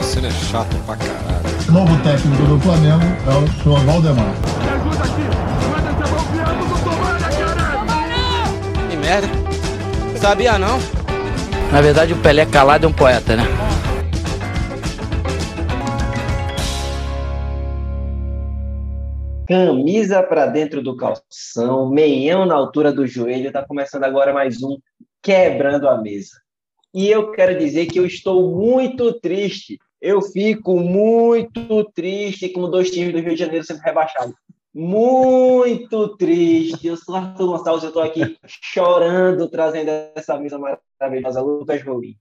Damasceno é chato pra caralho. O novo técnico do Flamengo é o senhor Valdemar. Me ajuda aqui! Manda essa mão criando do Tomara, caralho! Que merda. Sabia não? Na verdade, o Pelé calado é um poeta, né? Camisa para dentro do calção, meião na altura do joelho. Tá começando agora mais um Quebrando a Mesa. E eu quero dizer que eu estou muito triste. Eu fico muito triste com 2 times do Rio de Janeiro sendo rebaixados. Muito triste. Eu sou Arthur Gonçalves, eu estou aqui chorando, trazendo essa mesa maravilhosa. Lucas Rolim.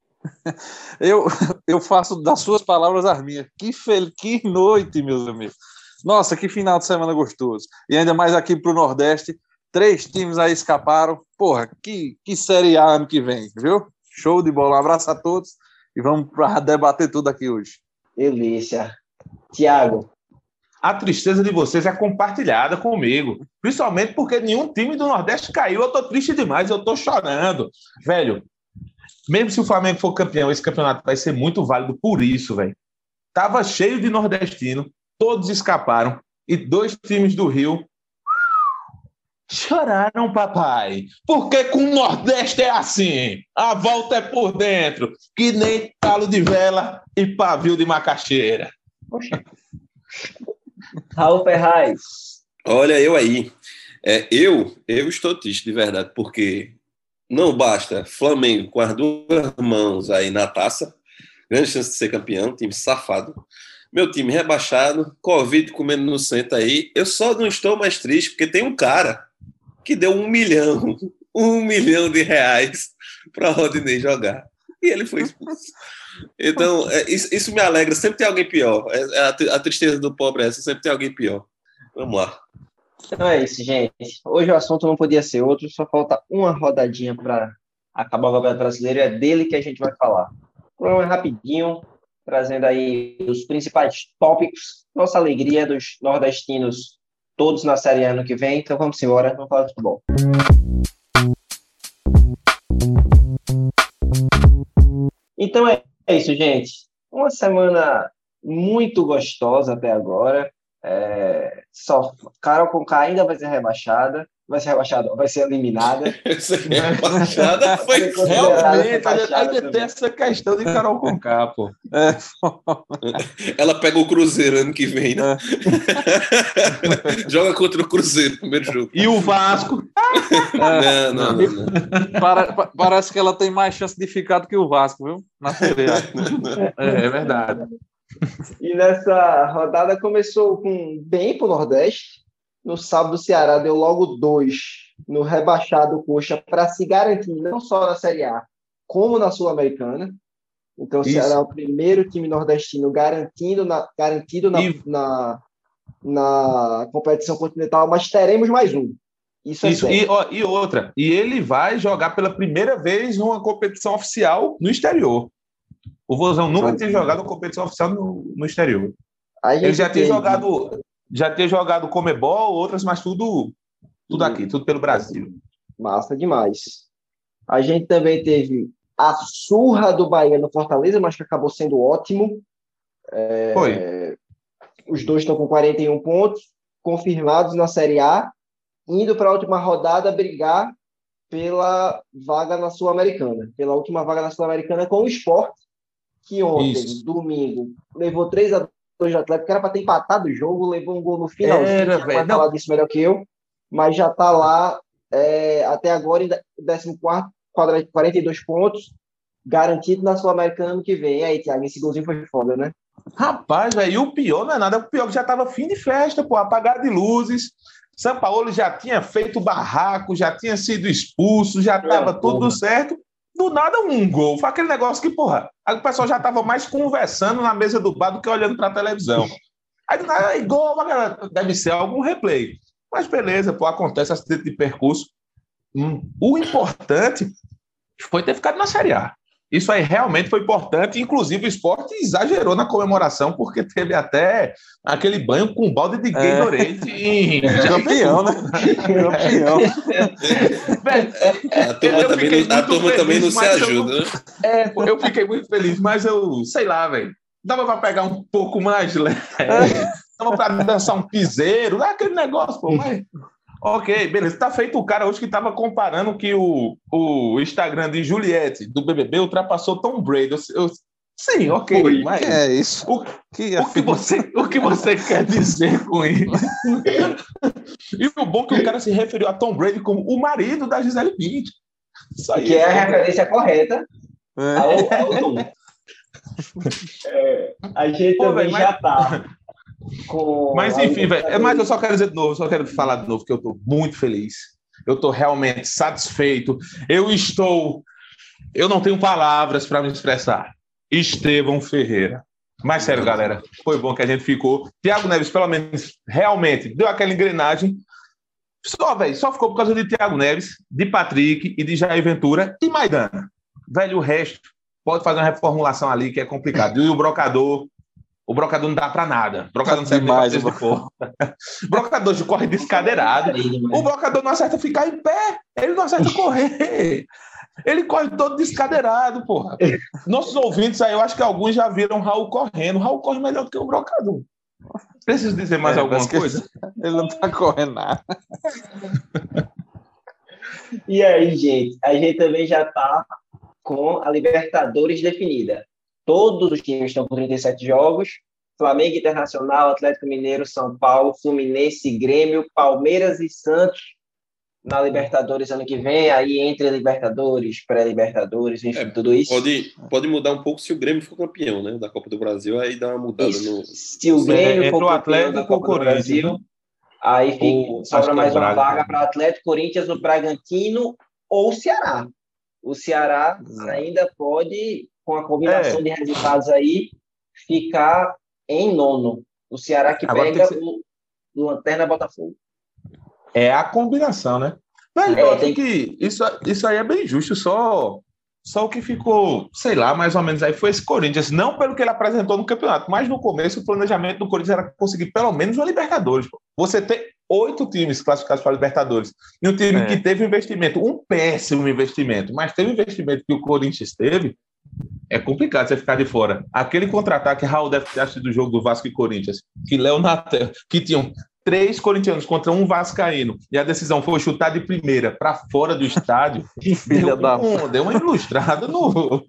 Eu faço das suas palavras as minhas. Que noite, meus amigos. Nossa, que final de semana gostoso. E ainda mais aqui para o Nordeste. 3 times aí escaparam. Porra, que Série A ano que vem, viu? Show de bola. Um abraço a todos e vamos para debater tudo aqui hoje. Delícia. Tiago. A tristeza de vocês é compartilhada comigo. Principalmente porque nenhum time do Nordeste caiu. Eu tô triste demais, eu tô chorando. Velho, mesmo se o Flamengo for campeão, esse campeonato vai ser muito válido por isso, velho. Tava cheio de nordestino, todos escaparam. E 2 times do Rio choraram, papai. Porque com o Nordeste é assim. A volta é por dentro. Que nem calo de vela e pavio de macaxeira. Poxa. Raul Ferraz. Olha, eu aí. Eu estou triste, de verdade, porque não basta Flamengo com as 2 mãos aí na taça, grande chance de ser campeão, time safado. Meu time rebaixado, Covid comendo no centro aí. Eu só não estou mais triste porque tem um cara que deu R$1 milhão para Rodinei jogar. E ele foi expulso. Então, isso me alegra. Sempre tem alguém pior. A tristeza do pobre é essa. Sempre tem alguém pior. Vamos lá. Então é isso, gente. Hoje o assunto não podia ser outro. Só falta uma rodadinha para acabar o Campeonato Brasileiro. É dele que a gente vai falar. O programa é rapidinho, trazendo aí os principais tópicos. Nossa alegria dos nordestinos todos na Série A ano que vem. Então vamos embora. Vamos falar de futebol. Então é isso, gente. Uma semana muito gostosa até agora. Só Carol Conká ainda vai ser rebaixada. Vai ser eliminada. Rebaixada foi realmente. Ainda tem essa questão de Carol Conká, pô. Ela pega o Cruzeiro ano que vem, né? Joga contra o Cruzeiro no primeiro jogo. E o Vasco? Não. Parece que ela tem mais chance de ficar do que o Vasco, viu? Na Série A. É verdade. E nessa rodada começou bem pro Nordeste. No sábado, o Ceará deu logo 2 no rebaixado Coxa para se garantir não só na Série A, como na Sul-Americana. Então, o Ceará é o primeiro time nordestino garantido na competição continental, mas teremos mais um. Isso. E outra. E ele vai jogar pela primeira vez numa competição oficial no exterior. O Vozão nunca tinha jogado uma competição oficial no exterior. Ele já tinha jogado Comebol, outras, mas tudo aqui, tudo pelo Brasil. Massa demais. A gente também teve a surra do Bahia no Fortaleza, mas que acabou sendo ótimo. Foi. Os 2 estão com 41 pontos, confirmados na Série A, indo para a última rodada brigar pela vaga na Sul-Americana. Pela última vaga na Sul-Americana com o Sport, que ontem, domingo, levou 3-2 do Atlético, que era para ter empatado o jogo, levou um gol no final. Vai falar disso melhor que eu, mas já está lá até agora em 14º, 42 pontos, garantido na Sul-Americana ano que vem. E aí, Thiago, esse golzinho foi foda, né? Rapaz, velho, e o pior não é nada, o pior que já estava fim de festa, pô, apagado de luzes. Sampaoli já tinha feito barraco, já tinha sido expulso, já estava tudo certo. Do nada, um gol. Foi aquele negócio que, porra, o pessoal já estava mais conversando na mesa do bar do que olhando para a televisão. Aí do nada, gol, deve ser algum replay. Mas beleza, pô, acontece acidente de percurso. O importante foi ter ficado na Série A. Isso aí realmente foi importante. Inclusive, o Sport exagerou na comemoração, porque teve até aquele banho com balde de Gatorade. Campeão, né? Campeão. A turma também não se ajuda, né? Eu fiquei muito feliz, mas eu sei lá, velho. dava para pegar um pouco mais leve, dava para dançar um piseiro, aquele negócio, pô, mas... Ok, beleza. Tá feito o cara hoje que tava comparando que o Instagram de Juliette, do BBB, ultrapassou Tom Brady. Sim, ok, mas... É isso. O que você quer dizer com isso? E o bom é que o cara se referiu a Tom Brady como o marido da Gisele Bündchen. Isso aí. Que é a referência correta ao Tom. A gente também já tá com... Mas enfim, velho. Mas eu só quero dizer de novo, só quero falar de novo que eu tô muito feliz. Eu tô realmente satisfeito. Eu não tenho palavras para me expressar. Estevão Ferreira. Mas sério, galera, foi bom que a gente ficou. Thiago Neves, pelo menos, realmente deu aquela engrenagem. Só ficou por causa de Thiago Neves, de Patrick e de Jair Ventura e Maidana. Velho, o resto pode fazer uma reformulação ali que é complicado. E o brocador não dá pra nada. O brocador não serve mais de porra. O brocador corre descadeirado. O brocador não acerta ficar em pé. Ele não acerta correr. Ele corre todo descadeirado, porra. Nossos ouvintes aí, eu acho que alguns já viram o Raul correndo. O Raul corre melhor do que o brocador. Preciso dizer mais alguma coisa? Ele não tá correndo nada. E aí, gente? A gente também já tá com a Libertadores definida. Todos os times estão com 37 jogos. Flamengo, Internacional, Atlético Mineiro, São Paulo, Fluminense, Grêmio, Palmeiras e Santos na Libertadores ano que vem, aí entre Libertadores, pré-Libertadores, enfim, tudo isso. Pode mudar um pouco se o Grêmio for campeão, né, da Copa do Brasil, aí dá uma mudada no... Se o Grêmio for campeão Atlético da Copa do Brasil, aí sobra mais uma vaga para Atlético, Corinthians, o Bragantino ou o Ceará. O Ceará ainda pode, com a combinação de resultados aí, ficar em nono. O Ceará que agora pega o Lanterna Botafogo. É a combinação, né? Mas eu acho que isso aí é bem justo, só o que ficou, sei lá, mais ou menos aí foi esse Corinthians, não pelo que ele apresentou no campeonato, mas no começo o planejamento do Corinthians era conseguir pelo menos uma Libertadores. Pô. Você tem 8 times classificados para a Libertadores, e um time que teve investimento, um péssimo investimento, mas teve o investimento que o Corinthians teve, é complicado você ficar de fora. Aquele contra-ataque, Raul deve ter assistido do jogo do Vasco e Corinthians, que Léo Natel, que tinham 3 corintianos contra um vascaíno, e a decisão foi chutar de primeira para fora do estádio, deu uma ilustrada no...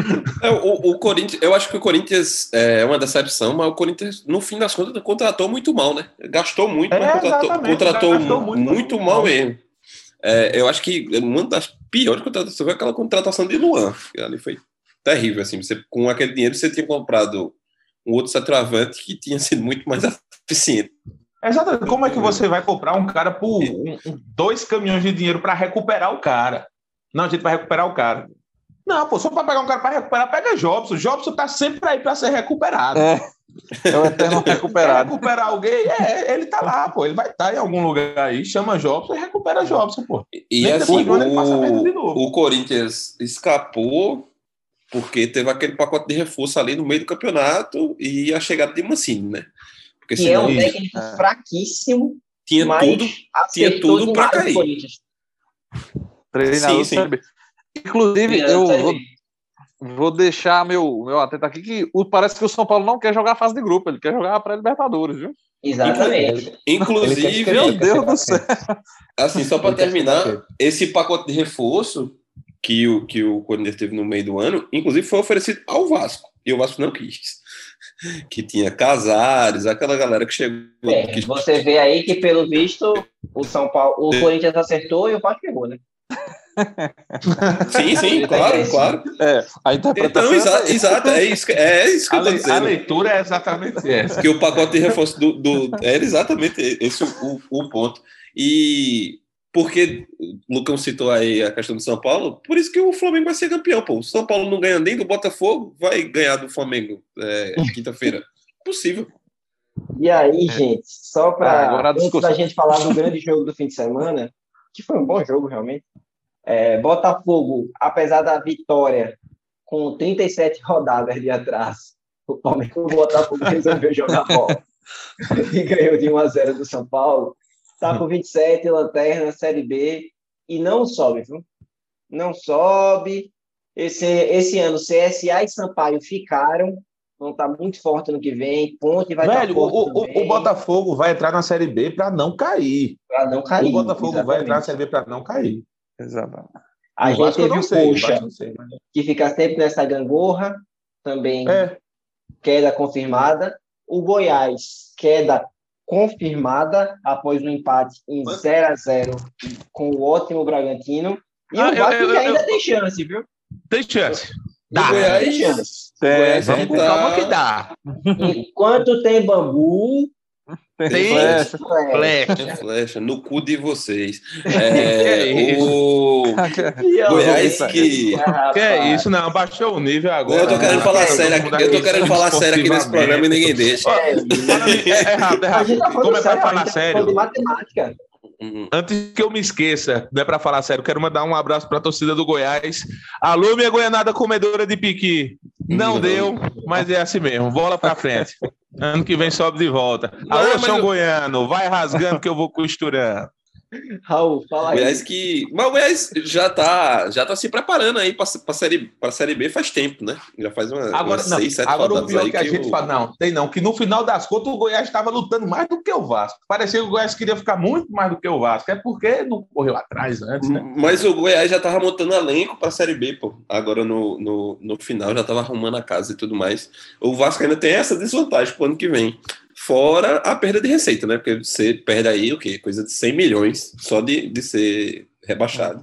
O Corinthians, eu acho que o Corinthians é uma decepção, mas o Corinthians, no fim das contas, contratou muito mal, né? Gastou muito, mas contratou muito mal mesmo. Eu acho que uma das piores contratações foi aquela contratação de Luan, que ali foi terrível, assim, com aquele dinheiro você tinha comprado um outro centroavante que tinha sido muito mais eficiente. Exatamente. Como é que você vai comprar um cara por 2 caminhões de dinheiro para recuperar o cara? Não, a gente vai recuperar o cara. Não, pô, só para pegar um cara para recuperar, pega Jobson. O Jobson tá sempre aí para ser recuperado. É o eterno recuperado. Quer recuperar alguém? ele tá lá, pô. Ele vai estar em algum lugar aí, chama Jobson e recupera Jobson, pô. E assim, o Corinthians escapou porque teve aquele pacote de reforço ali no meio do campeonato e a chegada de Mancini, né? Porque que é um técnico fraquíssimo, tinha tudo para cair. Treinador, sabe? Inclusive, eu vou deixar meu atento aqui que parece que o São Paulo não quer jogar a fase de grupo, ele quer jogar a pré-Libertadores, viu? Exatamente. Inclusive, meu Deus do céu. Assim, só para terminar, esse pacote de reforço que o Corinthians teve no meio do ano, inclusive foi oferecido ao Vasco, e o Vasco não quis. Que tinha Casares, aquela galera que chegou. Você vê aí que, pelo visto, o Corinthians acertou e o Vasco errou, né? Sim, claro. A interpretação exato, é isso que eu tô dizendo. A leitura é exatamente essa. Que o pacote de reforço era exatamente esse o ponto. E porque o Lucão citou aí a questão do São Paulo, por isso que o Flamengo vai ser campeão, pô. O São Paulo não ganha nem do Botafogo, vai ganhar do Flamengo quinta-feira. Possível. E aí, gente, só para antes da gente falar do grande jogo do fim de semana, que foi um bom jogo, realmente, Botafogo, apesar da vitória com 37 rodadas de atraso, o Botafogo resolveu jogar bola e ganhou de 1-0 do São Paulo. Está com 27, lanterna, Série B, e não sobe, viu? Não sobe. Esse ano, CSA e Sampaio ficaram, vão estar muito fortes no que vem. Ponte vai Velho, estar forte também. o Botafogo vai entrar na Série B para não cair. Para não cair. O Botafogo vai exatamente. entrar na Série B para não cair. Exatamente. A O gente Vasco eu teve não o sei, o Coxa, Vasco eu não sei, mas- que fica sempre nessa gangorra, também queda confirmada. O Goiás, queda confirmada após um empate em 0-0 com o ótimo Bragantino. E o Vasco que ainda tem chance, viu? Tem chance. O Dá. Goiás, Tem chance. o Goiás Vamos que com calma que dá. Enquanto tem bambu, tem flecha. flecha. Tem flecha no cu de vocês. Que isso? O Goiás que... Que é isso? Não, baixou o nível agora. Eu tô querendo falar sério aqui. Eu tô querendo falar sério aqui nesse programa e ninguém deixa. É rápido, é A gente rápido. tá falando Como é pra sério, a falar gente tá sério? falando de matemática. Antes que eu me esqueça, não é pra falar sério, quero mandar um abraço pra torcida do Goiás. Alô, minha goianada comedora de piqui. Não deu, mas é assim mesmo. Bola pra frente. Ano que vem sobe de volta. Alô, mas São eu- Goiano, vai rasgando que eu vou costurando. Raul, fala aí. Goiás que... Mas o Goiás já tá se preparando aí pra Série B faz tempo, né? Já faz Agora, umas não, 6, 7 agora o rodadas pior aí que a gente fala, não, tem não, que no final das contas o Goiás estava lutando mais do que o Vasco. Parecia que o Goiás queria ficar muito mais do que o Vasco. É porque não correu atrás antes, né? Mas o Goiás já tava montando elenco pra Série B, pô. Agora no final já tava arrumando a casa e tudo mais. O Vasco ainda tem essa desvantagem pro ano que vem. Fora a perda de receita, né? Porque você perde aí o quê? Coisa de 100 milhões só de ser rebaixado.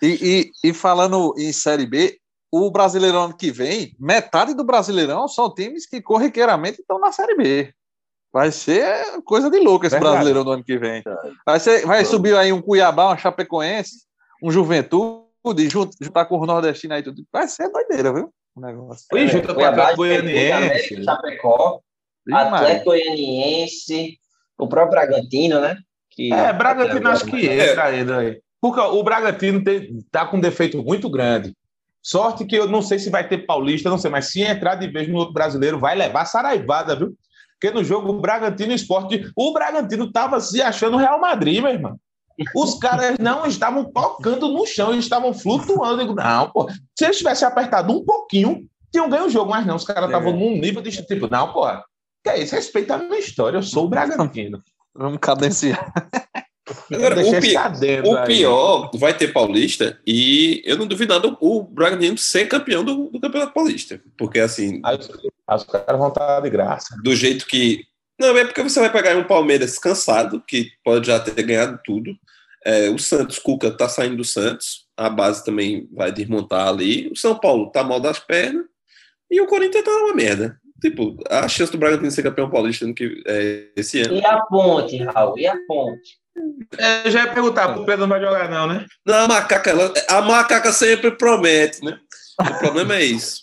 E falando em Série B, o Brasileirão ano que vem, metade do Brasileirão são times que corriqueiramente estão na Série B. Vai ser coisa de louco esse Verdade. Brasileirão do ano que vem. Vai subir aí um Cuiabá, um Chapecoense, um Juventude, juntar com os nordestinos aí tudo. Vai ser doideira, viu? O negócio. E junta com o Cuiabá, Atlético Goianiense. Chapecó, Ih, Maria. Atlético Goianiense, o próprio Bragantino, né? Que Bragantino acho que É. entra ainda aí. Porque o Bragantino tá com um defeito muito grande. Sorte que eu não sei se vai ter Paulista, não sei, mas se entrar de vez no outro brasileiro, vai levar saraivada, viu? Porque no jogo o Bragantino Esporte, o Bragantino tava se achando Real Madrid, meu irmão. Os caras não estavam tocando no chão, eles estavam flutuando. Eu digo, não, pô, se eles tivessem apertado um pouquinho, tinham ganho o jogo, mas não, os caras estavam num nível de tipo, não, pô, que é isso? Respeita a minha história, eu sou o Bragantino. Vamos cadenciar. Agora, Deixa o esse adendo O aí. pior, vai ter Paulista e eu não duvido nada o Bragantino ser campeão do Campeonato Paulista. Porque, assim, Aí os caras vão estar de graça. do jeito que... Não, é porque você vai pegar um Palmeiras cansado, que pode já ter ganhado tudo. O Santos, Cuca tá saindo do Santos. A base também vai desmontar ali. O São Paulo tá mal das pernas. E o Corinthians tá uma merda. Tipo, a chance do Bragantino ser campeão paulista esse ano... E a ponte, Raul? E a ponte? Eu já ia perguntar, o Pedro não vai jogar não, né? Não, a macaca sempre promete, né? O problema é isso.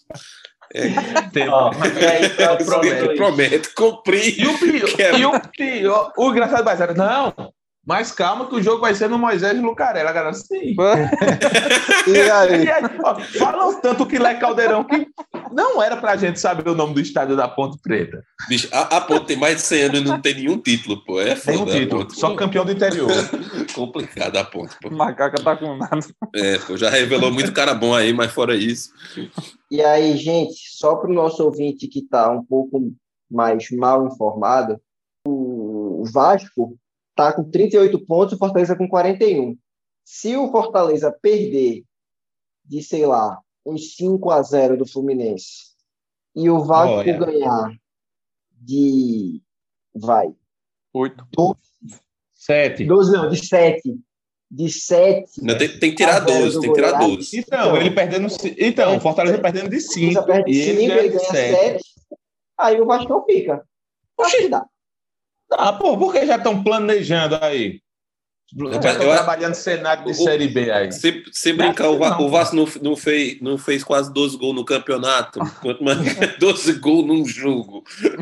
Ó, e aí, qual é o problema? Promete cumprir. E o pior, o engraçado vai ser, não, mas calma que o jogo vai ser no Moisés Lucarelli. A galera, sim. E aí? E aí, ó, falam tanto que Lé Caldeirão que não era pra gente saber o nome do estádio da Ponte Preta. Bicho, a Ponte tem mais de 100 anos e não tem nenhum título, pô. É Tem um foda. título, A Ponte. só campeão do interior. Complicado a Ponte, pô. Macaca tá com nada. Pô, já revelou muito cara bom aí, mas fora isso. E aí, gente, só para o nosso ouvinte que está um pouco mais mal informado, o Vasco está com 38 pontos, o Fortaleza com 41. Se o Fortaleza perder de, sei lá, uns 5-0 do Fluminense e o Vasco Olha. ganhar de 8. 7. 12, não, de 7. De 7. Não, tem que tirar 12, tem que tirar 12. Então, ele perdendo. Então, o Fortaleza perdendo de 5. Perde E 5, ele ele ganha ganha de 7. 7. Aí o Vasco fica. Acho que dá. Ah, pô, por que já estão planejando aí? Já estão trabalhando cenário de Série B aí. Se brincar, o Vasco não fez quase 12 gols no campeonato. Quanto mais 12 gols num jogo.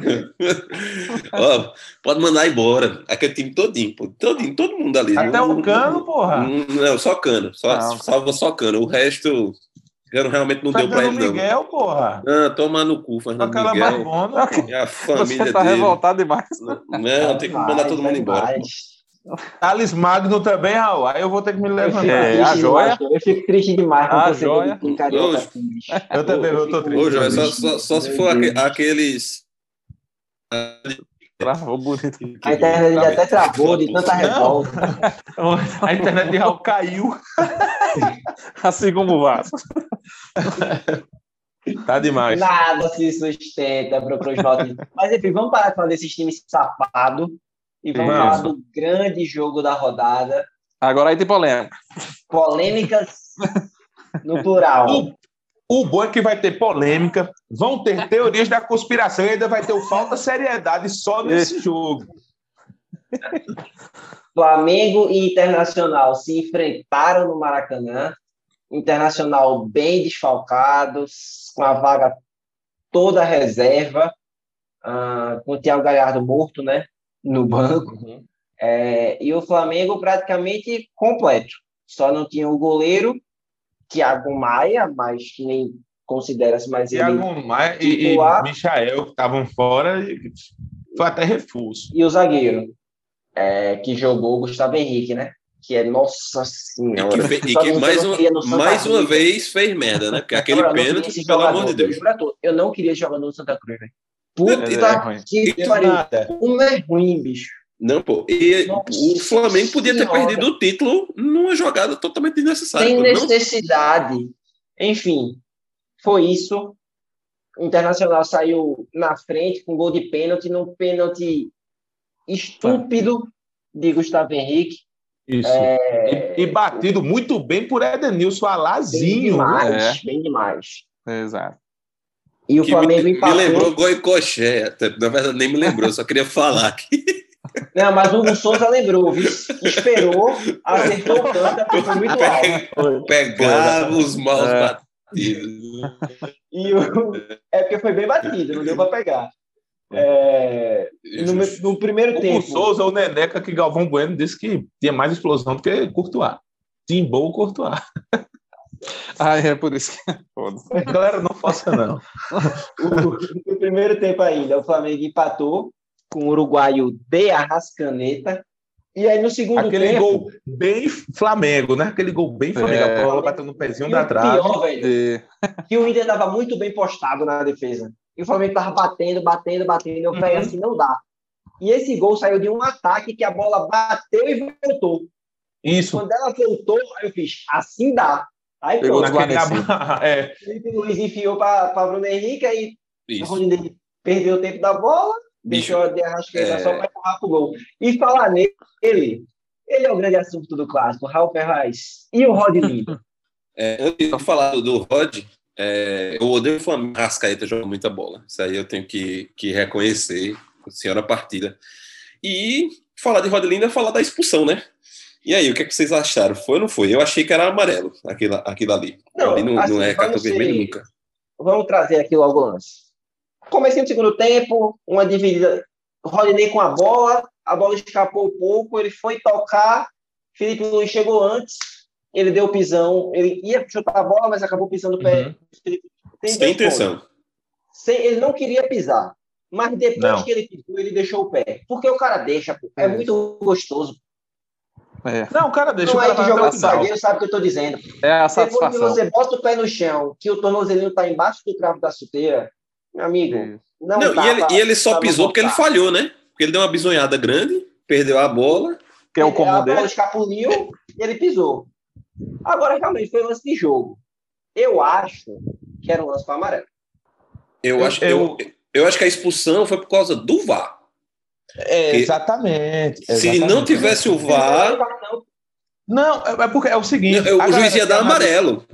Ó, pode mandar embora. Aquele time todinho, pô. Todinho, todo mundo ali. Até o Cano, porra. Não, só Cano. Salva só Cano. O resto, realmente não deu pra ele, não. Miguel, porra. Ah, toma no cu, Fernando Aquela Miguel. barbona. E a família Você tá dele. revoltado demais. Não, tem que mandar todo mundo embora. Thales Magno também, Raul. Aí eu vou ter que me levantar. A joia. Eu fico triste demais com A o torcedor joia. de Carioca. Hoje. Assim, bicho. Eu também, eu tô triste. Ô, Joia, só se for aqueles. Travou bonito. A internet ele até travou de tanta revolta. A internet de Raul caiu. Assim como o Vasco. Tá demais. Nada se sustenta para os votos. Mas enfim, vamos parar de falar desses times safados e vamos Vamos. falar do grande jogo da rodada. Agora aí tem polêmica. Polêmicas no plural. O bom é que vai ter polêmica, vão ter teorias da conspiração e ainda vai ter o falta seriedade só nesse jogo. Flamengo e Internacional se enfrentaram no Maracanã. Internacional bem desfalcados, com a vaga toda reserva, com o Thiago Galhardo morto, né, no banco. E o Flamengo praticamente completo. Só não tinha o goleiro, Thiago Maia, mas que nem considera-se mais Thiago Maia e titular. Michael, que estavam fora, e foi até reforço. E o zagueiro, que jogou o Gustavo Henrique, né? Que é nossa senhora. E que mais uma vez fez merda, né? Porque aquele pênalti, pelo amor de Deus. Eu não queria jogar no Santa Cruz, velho. ruim. Que pariu. Como é ruim, bicho. Não, pô. E o Flamengo podia ter perdido o título numa jogada totalmente desnecessária. Sem pô. necessidade. Enfim, foi isso. O Internacional saiu na frente com gol de pênalti, num pênalti estúpido de Gustavo Henrique. Isso. E batido muito bem por Edenilson Alazinho. Bem demais. Exato. E o Flamengo empatou. Me lembrou Goicoechea. Na verdade, nem me lembrou, só queria falar aqui. Não, mas o Hugo Souza lembrou, viu? Esperou, acertou o canto, porque foi muito alto. Pegava os maus batidos. É porque foi bem batido, não deu para pegar. No primeiro tempo. O Souza, o Neneca, que Galvão Bueno disse que tinha mais explosão do que Courtois. Timbou o Courtois. É por isso que... Galera, não faça não. No primeiro tempo ainda, o Flamengo empatou com o uruguaio de Arrascaeta. E aí no segundo Aquele tempo... gol bem Flamengo, né? Aquele gol bem Flamengo. A bola bateu no pezinho da trave. Pior, velho, que o Inter estava muito bem postado na defesa. E o Flamengo estava batendo. Eu falei assim, não dá. E esse gol saiu de um ataque que a bola bateu e voltou. Isso. Quando ela voltou, eu fiz, assim dá. Aí pronto. Felipe Luiz enfiou para Bruno Henrique, aí o Rodinei perdeu o tempo da bola, deixou de Arrascaeta só para empurrar pro gol. E falar nele, ele é o grande assunto do clássico, Raul Ferraz e o Rod Lindo. Antes de falar do Rod, eu odeio o Flamengo. Arrascaeta joga muita bola. Isso aí eu tenho que reconhecer, senhora partida. E falar de Rod Lindo é falar da expulsão, né? E aí, o que vocês acharam? Foi ou não foi? Eu achei que era amarelo, aquilo ali. Não, ali não assim, é cartão vermelho nunca. Vamos trazer aqui logo o lance. Comecei no segundo tempo, uma dividida. Rodinei com a bola escapou um pouco, ele foi tocar, Felipe Luiz chegou antes, ele deu o pisão, ele ia chutar a bola, mas acabou pisando o pé. Sem intenção. Ele não queria pisar, mas depois que ele pisou, ele deixou o pé. Porque o cara deixa, é muito gostoso. Não, o cara deixa. Não é que jogar de zagueiro, sabe o que eu estou dizendo. É a satisfação. Depois que você bota o pé no chão, que o tornozelinho está embaixo do cravo da chuteira, meu amigo, não e ele só pisou porque ele falhou, né? Porque ele deu uma bisonhada grande, perdeu a bola. Que é o comum dele. A bola escapuliu e ele pisou. Agora, realmente, foi um lance de jogo. Eu acho que era um lance para amarelo. Eu acho que a expulsão foi por causa do VAR. Exatamente. Se não tivesse o VAR... Não, é porque é o seguinte... O juiz ia dar amarelo.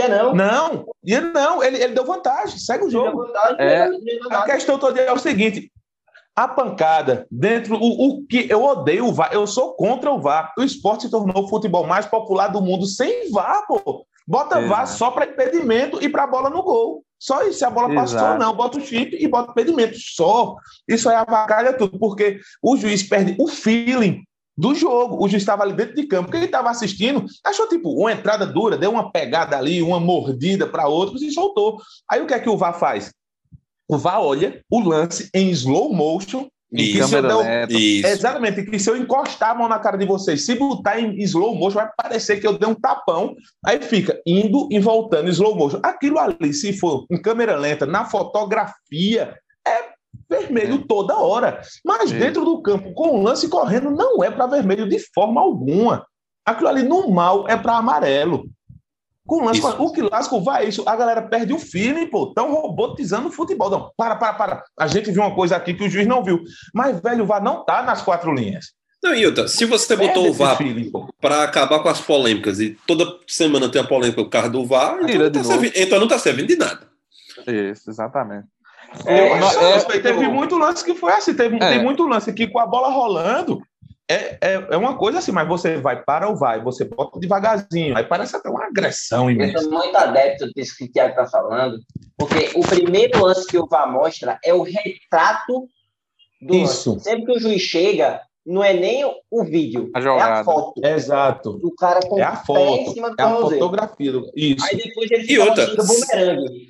Não, ele deu vantagem, segue o jogo. A questão toda é o seguinte, a pancada dentro... O que eu odeio o VAR, eu sou contra o VAR. O esporte se tornou o futebol mais popular do mundo sem VAR, pô. Bota VAR só para impedimento e para a bola no gol. Só isso, se a bola passou, não, bota o chip e bota o impedimento. Só. Isso aí avacalha tudo, porque o juiz perde o feeling do jogo. O juiz estava ali dentro de campo, porque ele estava assistindo, achou tipo uma entrada dura, deu uma pegada ali, uma mordida para outros e soltou. Aí o que é que o VAR faz? O VAR olha o lance em slow motion E que se eu exatamente, que se eu encostar a mão na cara de vocês, se botar em slow motion, vai parecer que eu dei um tapão, aí fica indo e voltando em slow motion. Aquilo ali, se for em câmera lenta, na fotografia, é vermelho toda hora. Mas dentro do campo, com o lance correndo, não é para vermelho de forma alguma. Aquilo ali, no mal, é para amarelo. Com o lance, o que lasca vai isso, a galera perde o feeling, pô, estão robotizando o futebol. Não, para. A gente viu uma coisa aqui que o juiz não viu. Mas, velho, o VAR não tá nas 4 linhas. Não, Ilta, se você botou o VAR para acabar com as polêmicas e toda semana tem a polêmica por causa do VAR, então não tá servindo de nada. Isso, exatamente. Teve muito lance que foi assim, tem muito lance que com a bola rolando, é uma coisa assim, mas você vai para o vai, você bota devagarzinho, aí parece até uma agressão imensa. Eu sou muito adepto disso que o Thiago está falando, porque o primeiro lance que o VAR mostra é o retrato do lance. Sempre que o juiz chega, não é nem o vídeo, é a foto. Exato. O cara com é a foto, em cima do é a fotografia. Isso. Aí depois ele fica bumerangue.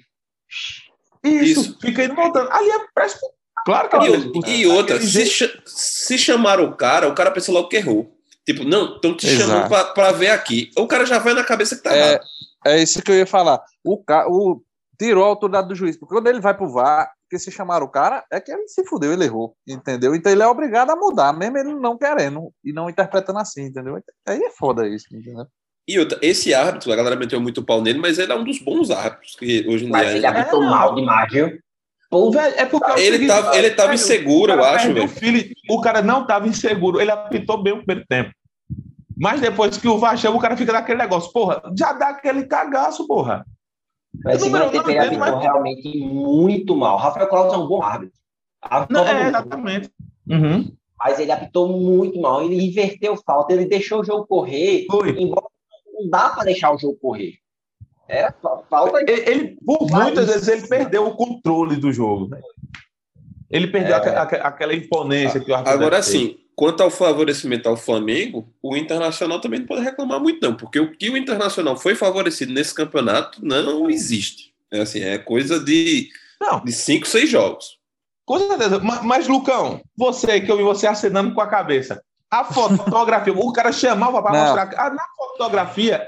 Isso, fica indo voltando. Ali parece... Claro que E outra, se chamaram o cara pensa logo que errou. Tipo, não, estão te chamando pra ver aqui. O cara já vai na cabeça que tá errado. É isso que eu ia falar. Tirou a autoridade do juiz. Porque quando ele vai pro VAR, que se chamaram o cara, é que ele se fudeu, ele errou. Entendeu? Então ele é obrigado a mudar, mesmo ele não querendo e não interpretando assim, entendeu? Aí é foda isso, entendeu? E outra, esse árbitro, a galera meteu muito pau nele, mas ele é um dos bons árbitros que hoje em dia... Mas ele apitou mal demais, viu? Pô, velho, é porque ele tava inseguro, eu acho, velho. O cara não tava inseguro, ele apitou bem o primeiro tempo. Mas depois que o VAR chama, o cara fica naquele negócio, porra, já dá aquele cagaço, porra. Mas ele apitou realmente muito mal. Rafael Claus é um bom árbitro. Exatamente. Mas ele apitou muito mal, ele inverteu falta, ele deixou o jogo correr, embora não dá para deixar o jogo correr. Falta. Por muitas vezes ele perdeu o controle do jogo. Né? Ele perdeu aquela imponência que o árbitro. Agora sim, quanto ao favorecimento ao Flamengo, o Internacional também não pode reclamar muito, não, porque o que o Internacional foi favorecido nesse campeonato não existe. É coisa de 5, 6 jogos. Com certeza. Mas, Lucão, que eu vi você acenando com a cabeça. A fotografia, o cara chamava para mostrar. Na fotografia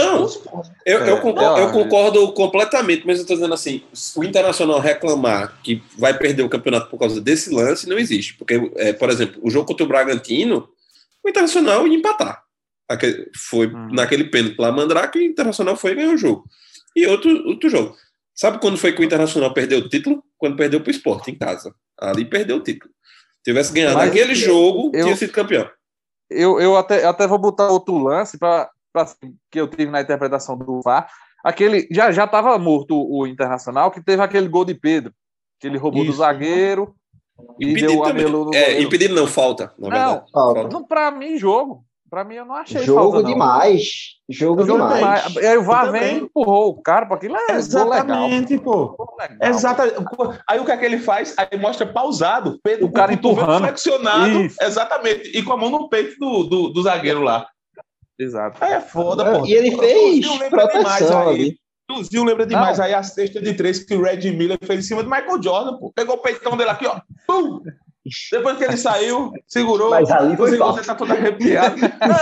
eu concordo completamente, mas eu estou dizendo assim: o Internacional reclamar que vai perder o campeonato por causa desse lance não existe. Porque, por exemplo, o jogo contra o Bragantino, o Internacional ia empatar. Foi naquele pênalti lá, Mandrake, o Internacional foi e ganhou o jogo. E outro jogo. Sabe quando foi que o Internacional perdeu o título? Quando perdeu para o Sport em casa. Ali perdeu o título. Se tivesse ganhado aquele jogo, tinha sido campeão. Eu até vou botar outro lance que eu tive na interpretação do VAR. Aquele, já estava morto o Internacional, que teve aquele gol de Pedro, que ele roubou do zagueiro e deu a melô no goleiro. Impedido não, falta. Não, para mim, jogo. Para mim, eu não achei jogo falta, demais. Jogo demais. Aí o VAR vem e empurrou o cara para aquilo. Exatamente, pô. Exatamente. Aí o que é que ele faz? Aí mostra pausado. Pedro, o cara empurrando. Flexionado. Isso. Exatamente. E com a mão no peito do zagueiro lá. Exato. É foda, pô. E ele fez proteção ali. O Zil lembra demais aí a cesta de 3 que o Red Miller fez em cima do Michael Jordan, pô. Pegou o peitão dele aqui, ó. Pum! Depois que ele saiu, segurou. Mas ali foi você tá todo arrepiado.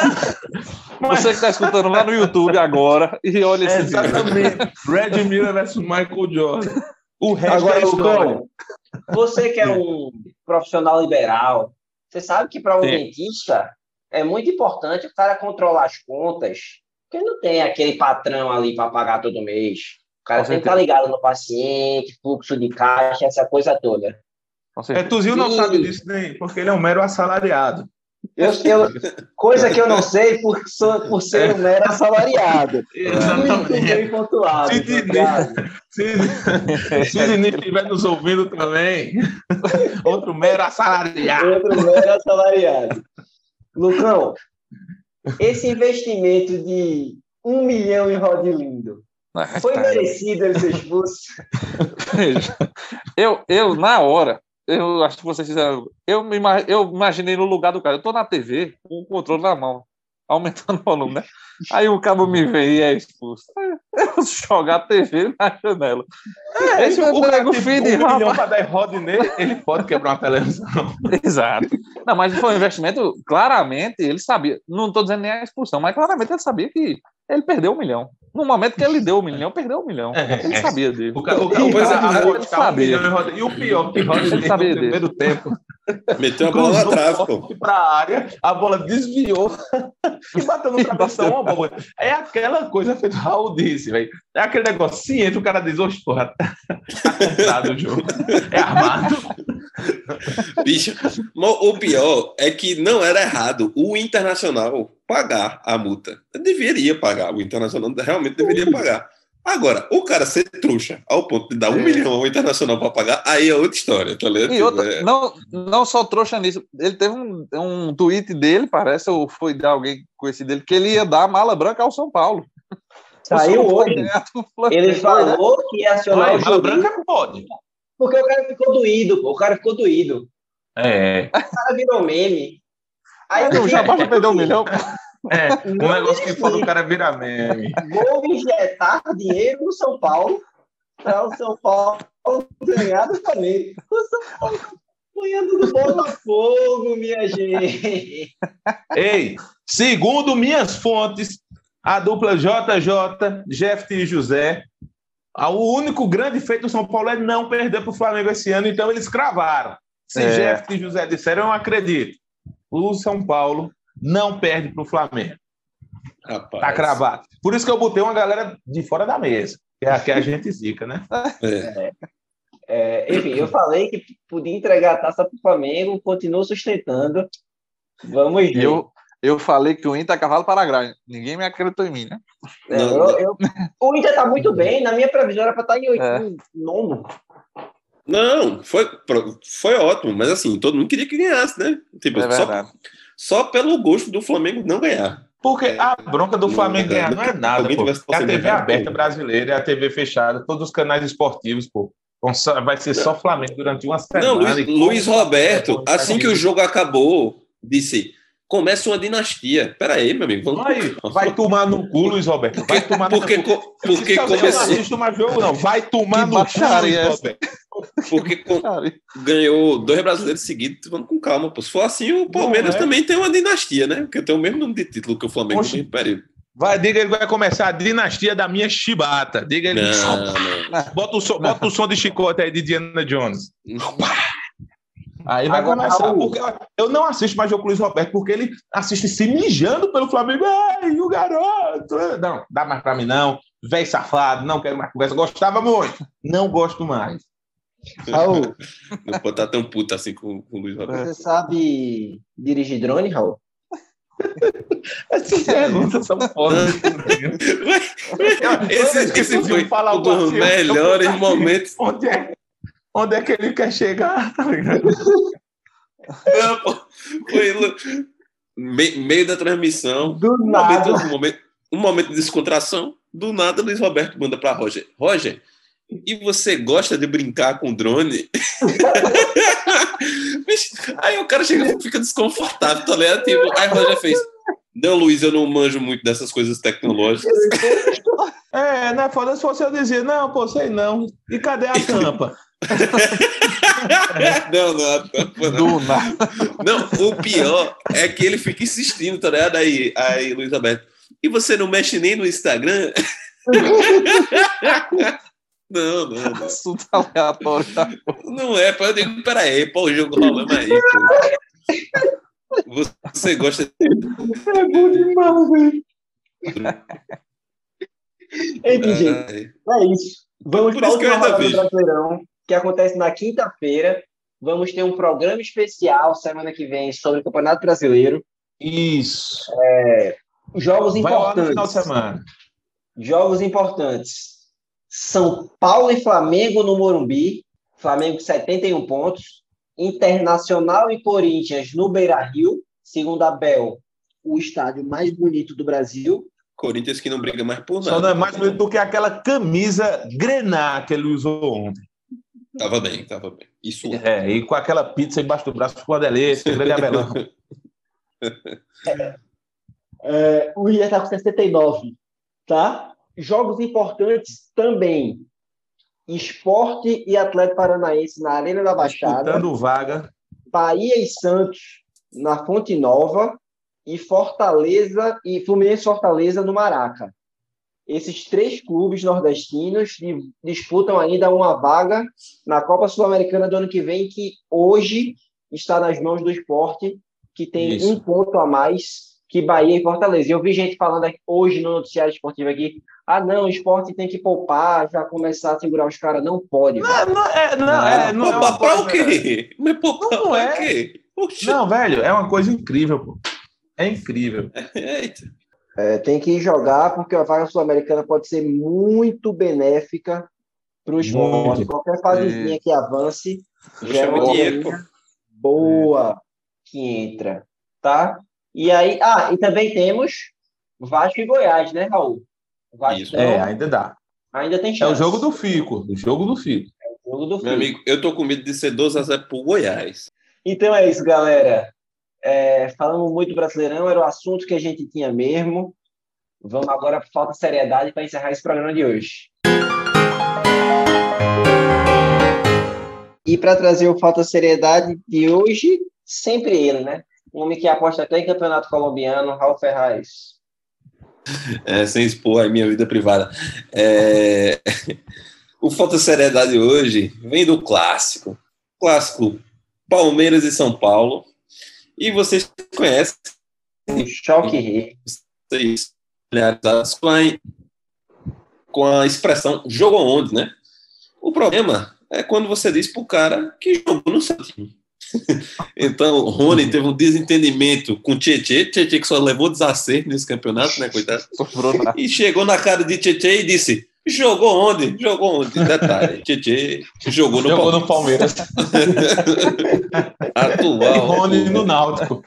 Você que está escutando lá no YouTube agora e olha esse exatamente. Red Miller versus Michael Jordan. O resto agora, Lucão, você que é um profissional liberal, você sabe que para um dentista é muito importante o cara controlar as contas, porque não tem aquele patrão ali para pagar todo mês. O cara tem que estar ligado no paciente, fluxo de caixa, essa coisa toda. Tuzil não sabe disso, nem porque ele é um mero assalariado. Coisa que eu não sei por ser um mero assalariado. Muito bem pontuado. Se Sidney estiver nos ouvindo também, outro mero assalariado. Lucão, esse investimento de 1 milhão em Rodilindo, foi merecido ele ser expulso? Eu, na hora, eu acho que vocês fizeram. Eu imaginei no lugar do cara. Eu tô na TV com o controle na mão, aumentando o volume, né? Aí o cabo me vem e é expulso. Eu jogar a TV na janela. Se o cara tem feed, 1 milhão rapaz. para dar rode nele, ele pode quebrar uma televisão. Exato. Não, mas foi um investimento, claramente, ele sabia. Não estou dizendo nem a expulsão, mas claramente ele sabia que ele perdeu 1 milhão. No momento que ele deu 1 milhão, perdeu 1 milhão. Ele sabia dele. O cara ele sabia. E o pior, que Rod Ele sabia no primeiro tempo. Meteu a bola na trave, pô. Cruzou para a área, a bola desviou e bateu no travessão. Uma bola. É aquela coisa feita o Raul disse, velho. É aquele negócio, sim, entra o cara diz, oxe, porra, tá comprado o jogo. É armado. Bicho, o pior é que não era errado o Internacional pagar a multa. Deveria pagar, o Internacional realmente deveria pagar. Agora, o cara ser trouxa ao ponto de dar 1 milhão ao Internacional para pagar, aí é outra história, tá ligado? E outra, não só trouxa nisso, ele teve um tweet dele, parece, ou foi de alguém conhecido dele, que ele ia dar a mala branca ao São Paulo. Saiu hoje. Ele falou que ia acionar o mala branca pode. Porque o cara ficou doído, pô. O cara ficou doído. É. O cara virou meme. Aí não, já basta perder 1 milhão. Um negócio que fala o cara vira meme. Vou injetar dinheiro no São Paulo para o São Paulo ganhar do Flamengo. O São Paulo ganhando do Botafogo, minha gente. Ei, segundo minhas fontes, a dupla JJ, Jefferson e José, o único grande feito do São Paulo é não perder para o Flamengo esse ano, então eles cravaram. Se Jefferson e José disseram, eu acredito. O São Paulo não perde para o Flamengo. Rapaz. Tá cravado. Por isso que eu botei uma galera de fora da mesa, que é a gente zica, né? Enfim, eu falei que podia entregar a taça para o Flamengo, continuo sustentando. Vamos ver. Eu falei que o Inter é cavalo paraguaio. Ninguém me acreditou em mim, né? O Inter tá muito bem. Na minha previsão era para estar em 9º. Não, foi ótimo, mas assim, todo mundo queria que ganhasse, né? Tipo, só pelo gosto do Flamengo não ganhar. Porque a bronca do Flamengo ganhar não é nada, pô. É a TV aberta brasileira, é a TV fechada, todos os canais esportivos, pô. Vai ser só Flamengo durante uma semana. Não, Luiz Roberto, assim que o jogo acabou, disse... Começa uma dinastia. Pera aí, meu amigo. Vai tomar no cu, Luiz Roberto. Vai tomar no cu. Porque começou... Não jogo, não. Vai tomar no cu, Luiz Roberto. Porque ganhou 2 brasileiros seguidos. Vamos com calma, pô. Se for assim, o Palmeiras também tem uma dinastia, né? Porque tem o mesmo número de título que o Flamengo no mesmo período. Diga ele que vai começar a dinastia da minha chibata. Diga ele. Não. Bota o som de chicote aí de Diana Jones. Aí vai começar, porque eu não assisto mais jogo com o Luiz Roberto, porque ele assiste se mijando pelo Flamengo. Ai, o garoto! Não, dá mais pra mim não. Véi safado, não quero mais conversa. Gostava muito. Não gosto mais. Raul, não pode estar tão puto assim com o Luiz Roberto. Você sabe dirigir drone, Raul? Essas perguntas são fodas. Esse foi um dos melhores momentos. Onde é que ele quer chegar? Tá ligado? Não, pô. Foi meio da transmissão. Um momento de descontração. Do nada, Luiz Roberto manda para Roger. Roger, e você gosta de brincar com drone? Aí o cara chega e fica desconfortável, tá ligado? Tipo, aí Roger fez... Não, Luiz, eu não manjo muito dessas coisas tecnológicas. Não é foda se você dizer, não, pô, sei não. E cadê a tampa? Não. Não, o pior é que ele fica insistindo, tá ligado? Aí Luiz Roberto, e você não mexe nem no Instagram? Não. Assunto aleatório. Não é, eu digo, peraí, pô, o jogo rolando aí, pô. Você gosta de... É bom demais, velho. Enfim, gente, é isso. Vamos para a última rodada do Brasileirão, que acontece na quinta-feira. Vamos ter um programa especial semana que vem sobre o Campeonato Brasileiro. Isso. Jogos importantes. No final de semana. Jogos importantes. São Paulo e Flamengo no Morumbi. Flamengo 71 pontos. Internacional e Corinthians no Beira-Rio. Segundo a Bel, o estádio mais bonito do Brasil. Corinthians que não briga mais por nada. Só não é mais bonito do que aquela camisa grená que ele usou ontem. Tava bem. Isso. E com aquela pizza embaixo do braço, com a delícia, grande abelão. O Inter está com 69, tá? Jogos importantes também. Sport e Atlético Paranaense na Arena da Baixada. Disputando vaga. Bahia e Santos na Fonte Nova. E Fortaleza e Fluminense e Fortaleza no Maraca. Esses 3 clubes nordestinos disputam ainda uma vaga na Copa Sul-Americana do ano que vem, que hoje está nas mãos do Sport, que tem um ponto a mais que Bahia e Fortaleza. Eu vi gente falando hoje no noticiário esportivo aqui, não, o Sport tem que poupar, já começar a segurar os caras. Não pode. Não é uma para coisa... o quê? Mas poupar não para é. quê? Poxa. Não, velho, é uma coisa incrível, pô. É incrível. Eita. Tem que jogar, porque a vaga sul-americana pode ser muito benéfica para o esporte. Qualquer fasezinha que avance, já é uma dinheiro boa que entra, tá? E aí, e também temos Vasco e Goiás, né, Raul? Isso. Ainda dá. Ainda tem chance. É o jogo do Fico. Meu amigo, eu tô com medo de ser 2-0 pro Goiás. Então é isso, galera. Falamos muito do Brasileirão, era o assunto que a gente tinha mesmo. Vamos agora para falta de seriedade para encerrar esse programa de hoje. E para trazer o falta de seriedade de hoje, sempre ele, né? Um homem que aposta até em campeonato colombiano, Raul Ferraz. Sem expor a minha vida privada. O falta de seriedade hoje vem do clássico. Clássico Palmeiras e São Paulo. E vocês conhecem o Choque Rei. Vocês familiarizados com a expressão jogo aonde, né? O problema é quando você diz pro cara que jogou no seu time. Então, o Rony teve um desentendimento com o Tietê que só levou desacerto nesse campeonato, né, coitado? E chegou na cara de Tietê e disse: jogou onde? Jogou onde? Detalhe, Tietê jogou no Palmeiras. Atual. E Rony no Náutico.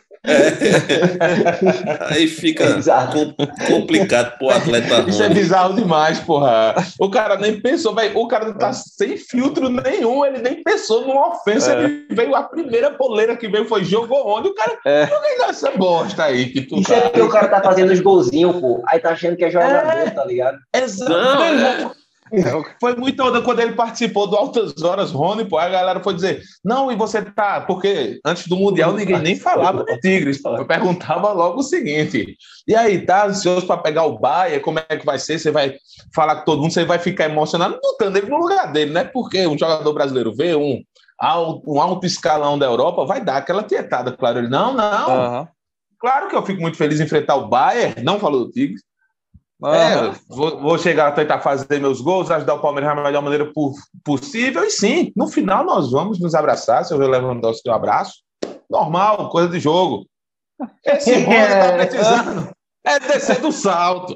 Aí fica complicado pro atleta Rony. Isso é bizarro demais, porra. O cara nem pensou, velho. O cara não tá sem filtro nenhum, ele nem pensou numa ofensa. Ele veio, a primeira boleira que veio foi jogou onde? O cara joguei nessa bosta aí que tu. Isso é porque o cara tá fazendo os golzinhos, pô. Aí tá achando que é jogador, tá ligado? Exato. Foi muito onda quando ele participou do Altas Horas, Rony, pô, a galera foi dizer, não, e você tá, porque antes do Mundial ninguém nem falava do Tigres, eu perguntava logo o seguinte, e aí, tá ansioso para pegar o Bayern, como é que vai ser, você vai falar com todo mundo, você vai ficar emocionado, botando ele no lugar dele, né, porque um jogador brasileiro vê um alto escalão da Europa, vai dar aquela tietada, claro, ele, não, claro que eu fico muito feliz em enfrentar o Bayern, não falou do Tigres, vou chegar a tentar fazer meus gols, ajudar o Palmeiras da melhor maneira possível, e sim, no final nós vamos nos abraçar, se eu ver Lewandowski um abraço, normal, coisa de jogo. Esse Rony tá precisando descer do salto.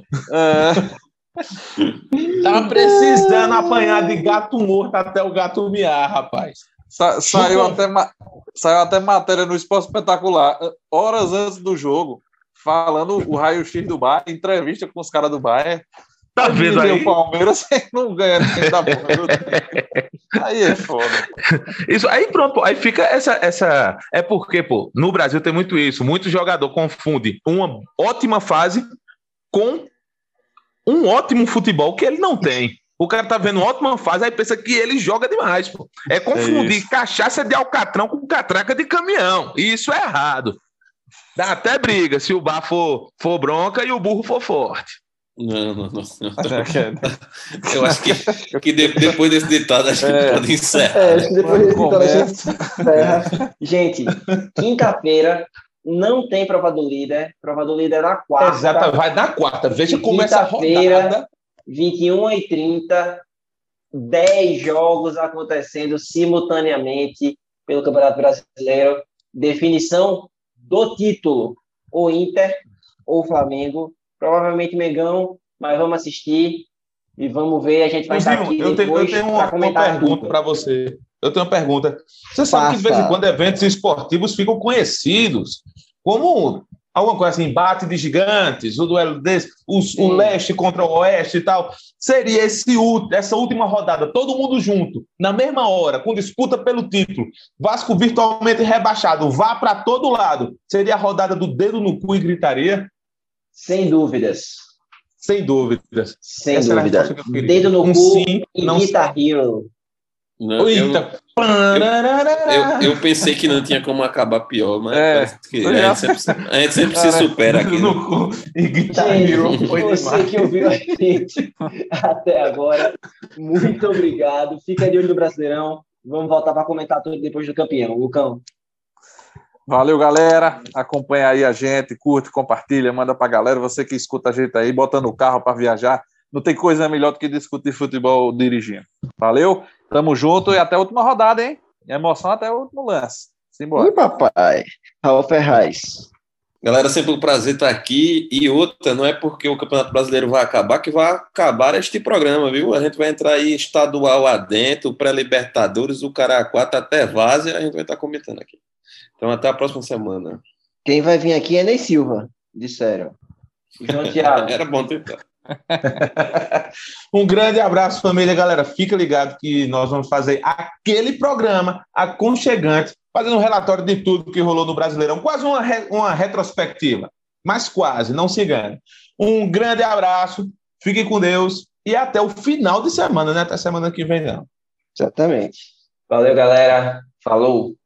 Tá precisando apanhar de gato morto até o gato miar, rapaz. Saiu até matéria no Esporte Espetacular, horas antes do jogo, falando o raio-x do Bayern, entrevista com os caras do Bayern. Tá vendo aí? O Palmeiras não ganha ninguém da porra. Aí é foda. Isso, aí pronto, aí fica essa... É porque, pô, no Brasil tem muito isso. Muito jogador confunde uma ótima fase com um ótimo futebol que ele não tem. O cara tá vendo uma ótima fase, aí pensa que ele joga demais, pô. É confundir cachaça de alcatrão com catraca de caminhão. E isso é errado. Dá até briga se o bar for bronca e o burro for forte. Não. Eu acho que depois desse ditado a gente pode encerrar. Depois desse ditado a gente encerra. Gente, quinta-feira não tem prova do líder. Prova do líder é na quarta. Exato, vai na quarta. Veja como essa rodada. 21h30, 10 jogos acontecendo simultaneamente pelo Campeonato Brasileiro. Definição do título, ou Inter ou Flamengo, provavelmente Mengão, mas vamos assistir e vamos ver, a gente vai estar aqui depois para comentar. Eu tenho uma pergunta para você. Eu tenho uma pergunta. Você sabe que de vez em quando eventos esportivos ficam conhecidos como alguma coisa assim, embate de gigantes, o duelo desse, o leste contra o oeste e tal. Seria essa última rodada, todo mundo junto, na mesma hora, com disputa pelo título, Vasco virtualmente rebaixado, vá para todo lado. Seria a rodada do dedo no cu e gritaria? Sem dúvidas. Sem dúvidas. Sem Essa era a dúvida. resposta que eu queria. Dedo no Um cu sim, e não Guitar Hero. Não, Eita. eu pensei que não tinha como acabar pior, mas parece que eu a já- gente sempre se supera aqui. Né? No cu e Guitar Hero foi Você demais. que ouviu a gente até agora, muito obrigado. Fica de olho no Brasileirão. Vamos voltar para comentar tudo depois do campeão. Lucão. Valeu, galera. Acompanha aí a gente, curte, compartilha, manda pra galera. Você que escuta a gente aí, bota no carro para viajar. Não tem coisa melhor do que discutir futebol dirigindo. Valeu? Tamo junto e até a última rodada, hein? Emoção até o último lance. Simbora. Ih, papai. Raul Ferraz. Galera, sempre um prazer estar aqui. E outra, não é porque o Campeonato Brasileiro vai acabar que vai acabar este programa, viu? A gente vai entrar aí estadual adentro, pré-Libertadores, o Cará 4 até Várzea, a gente vai estar comentando aqui. Então, até a próxima semana. Quem vai vir aqui é Ney Silva, disseram. João Thiago. Era bom tentar. Um grande abraço, família, galera. Fica ligado que nós vamos fazer aquele programa aconchegante, fazendo um relatório de tudo que rolou no Brasileirão. Quase uma retrospectiva, mas quase, não se engane. Um grande abraço, fiquem com Deus e até o final de semana, né? Até semana que vem, não. Exatamente. Valeu, galera. Falou.